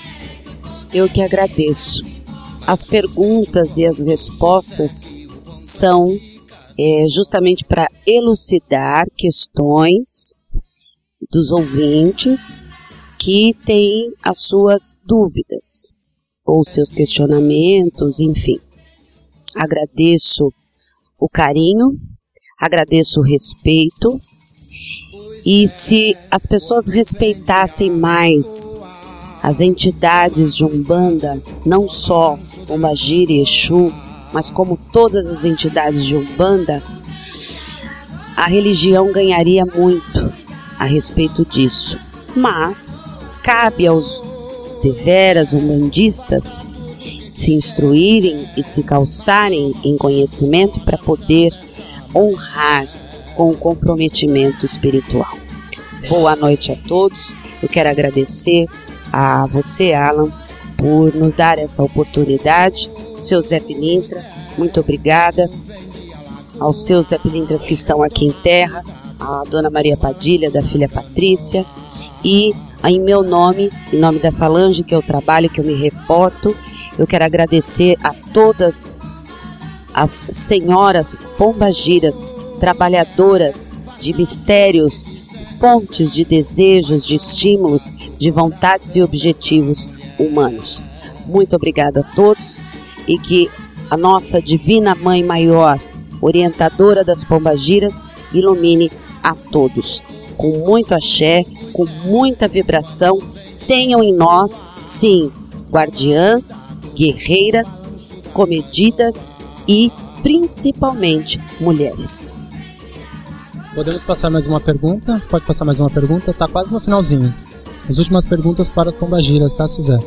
Eu que agradeço. As perguntas e as respostas são justamente para elucidar questões dos ouvintes que têm as suas dúvidas. ou seus questionamentos, enfim. Agradeço o carinho, agradeço o respeito, e se as pessoas respeitassem mais as entidades de Umbanda, não só Pombagira e Exu, mas como todas as entidades de Umbanda, a religião ganharia muito a respeito disso. Mas cabe aos deveras umbandistas se instruírem e se calçarem em conhecimento para poder honrar com o comprometimento espiritual. Boa noite a todos. Eu quero agradecer a você, Alan, por nos dar essa oportunidade. Seu Zé Pilintra, muito obrigada. Aos seus Zé Pilintras que estão aqui em terra, a Dona Maria Padilha, da filha Patrícia, e em meu nome, em nome da Falange que eu trabalho, que eu me reporto, eu quero agradecer a todas as senhoras pombagiras, trabalhadoras de mistérios, fontes de desejos, de estímulos, de vontades e objetivos humanos. Muito obrigada a todos, e que a nossa Divina Mãe Maior, orientadora das pombagiras, ilumine a todos. Com muito axé, com muita vibração, tenham em nós, sim, guardiãs, guerreiras, comedidas e, principalmente, mulheres. Podemos passar mais uma pergunta? Pode passar mais uma pergunta? Tá quase no finalzinho. As últimas perguntas para as pombagiras, tá, Suzé?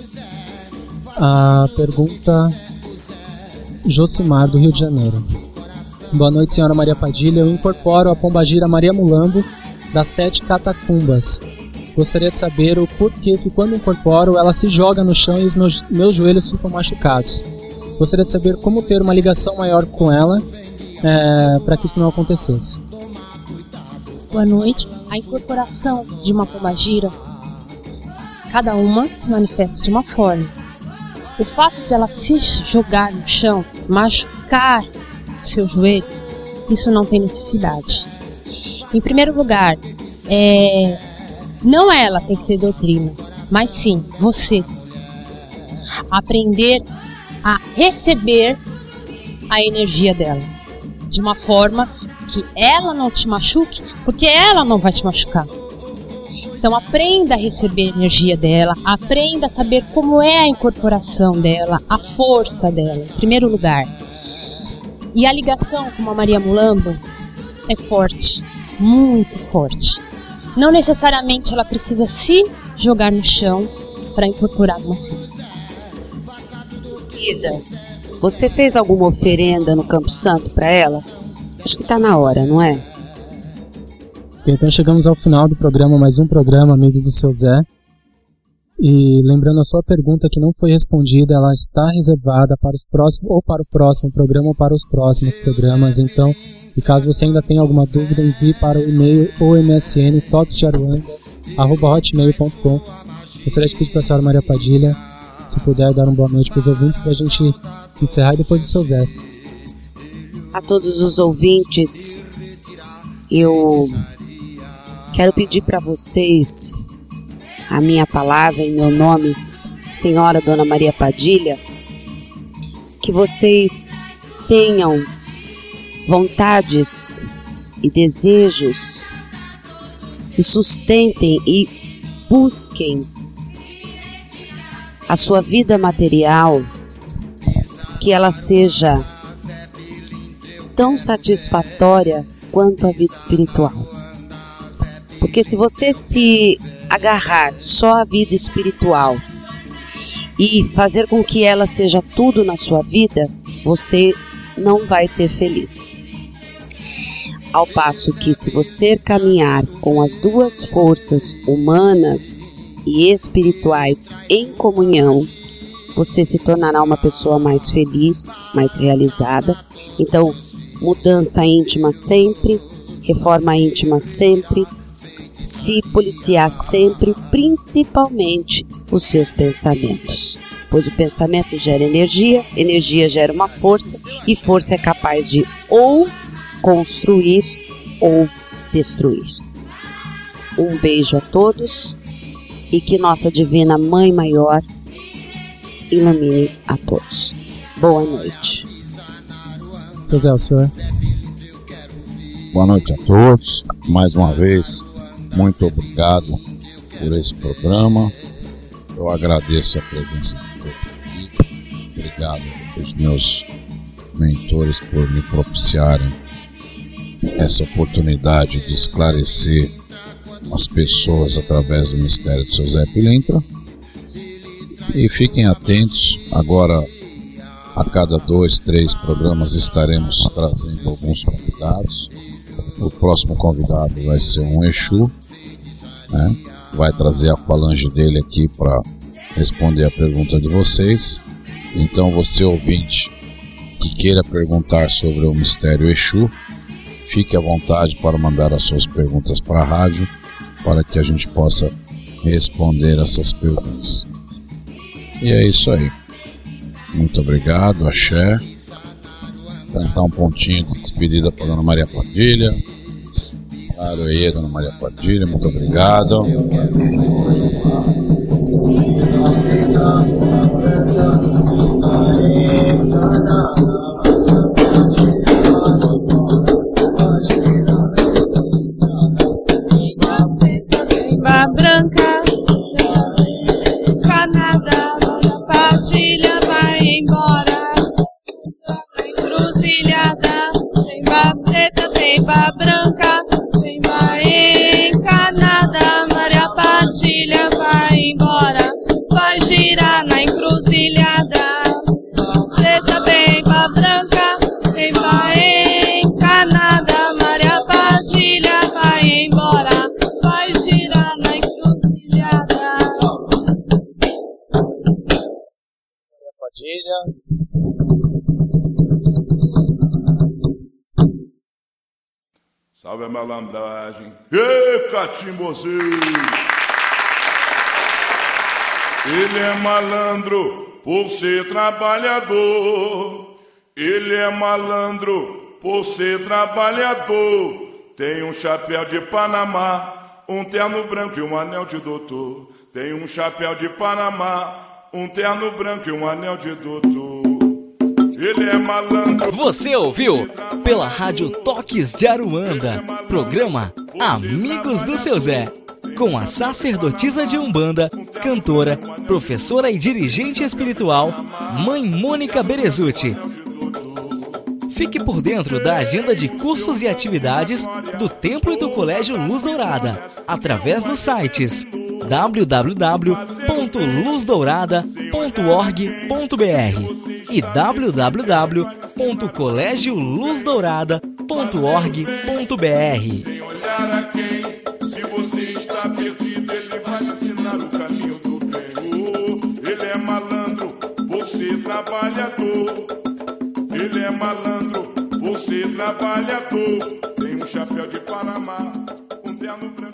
A pergunta Josimar, do Rio de Janeiro. Boa noite, senhora Maria Padilha. Eu incorporo a pombagira Maria Mulambo das 7 catacumbas. Gostaria de saber o porquê que quando incorporo ela se joga no chão e os meus joelhos ficam machucados. Gostaria de saber como ter uma ligação maior com ela para que isso não acontecesse. Boa noite. A incorporação de uma pombagira, cada uma se manifesta de uma forma. O fato de ela se jogar no chão, machucar seus joelhos, isso não tem necessidade. Em primeiro lugar, não ela tem que ter doutrina, mas sim você aprender a receber a energia dela de uma forma que ela não te machuque, porque ela não vai te machucar. Então aprenda a receber a energia dela, aprenda a saber como é a incorporação dela, a força dela, em primeiro lugar. E a ligação com a Maria Mulambo é forte, muito forte. Não necessariamente ela precisa se jogar no chão para incorporar uma coisa. Querida, você fez alguma oferenda no Campo Santo para ela? Acho que está na hora, não é? Então chegamos ao final do programa, mais um programa, Amigos do Seu Zé. E lembrando a sua pergunta que não foi respondida, ela está reservada para os próximos, ou para o próximo programa, ou para os próximos programas. Então, e caso você ainda tenha alguma dúvida, envie para o e-mail ou MSN toquesdearuanda@hotmail.com. Gostaria de pedir para a senhora Maria Padilha, se puder dar uma boa noite para os ouvintes, para a gente encerrar depois dos seus Zés. A todos os ouvintes, eu quero pedir para vocês a minha palavra em meu nome, senhora Dona Maria Padilha, que vocês tenham vontades e desejos e sustentem e busquem a sua vida material, que ela seja tão satisfatória quanto a vida espiritual. Porque se você se agarrar só à vida espiritual e fazer com que ela seja tudo na sua vida, você não vai ser feliz. Ao passo que, se você caminhar com as duas forças humanas e espirituais em comunhão, você se tornará uma pessoa mais feliz, mais realizada. Então, mudança íntima sempre, reforma íntima sempre, se policiar sempre, principalmente os seus pensamentos. Pois o pensamento gera energia, energia gera uma força, e força é capaz de ou construir ou destruir. Um beijo a todos, e que nossa Divina Mãe Maior ilumine a todos. Boa noite. Seu Zé, o senhor. Boa noite a todos. Mais uma vez, muito obrigado por esse programa. Eu agradeço a presença de todos aqui. Obrigado aos meus mentores por me propiciarem essa oportunidade de esclarecer as pessoas através do mistério de seu Zé Pilintra. E fiquem atentos, agora a cada 2, 3 programas estaremos trazendo alguns convidados. O próximo convidado vai ser um Exu, né? Vai trazer a falange dele aqui para responder a pergunta de vocês. Então você ouvinte que queira perguntar sobre o mistério Exu, fique à vontade para mandar as suas perguntas para a rádio, para que a gente possa responder essas perguntas. E é isso aí. Muito obrigado, axé. Cantar um pontinho de despedida para a Dona Maria Padilha. Claro aí, Dona Maria Padilha, muito obrigado. Branca, Canadá, Padilha vai embora, na encruzilhada, Pemba preta, Pemba branca, Pemba encanada, Maria Padilha vai embora, vai girar na encruzilhada, preta, Pemba branca, Pemba encanada, Maria Padilha vai embora, vai girar na encruzilhada. Salve a malandragem. Ê, catimbozinho! Ele é malandro por ser trabalhador. Ele é malandro por ser trabalhador. Tem um chapéu de Panamá, um terno branco e um anel de doutor. Tem um chapéu de Panamá, um terno branco e um anel de doutor. Ele é malandro. Você ouviu pela Rádio Toques de Aruanda, programa Amigos do Seu Zé, com a sacerdotisa de Umbanda, cantora, professora e dirigente espiritual, Mãe Mônica Berezutti. Fique por dentro da agenda de cursos e atividades do Templo e do Colégio Luz Dourada, através dos sites www.luzdourada.org.br e www.colegioluzdourada.org.br. Sem olhar a quem, se você está perdido, ele vai ensinar o caminho do bem. Ele é malandro por ser trabalhador. Ele é malandro por ser trabalhador. Tem um chapéu de Panamá, um terno branco.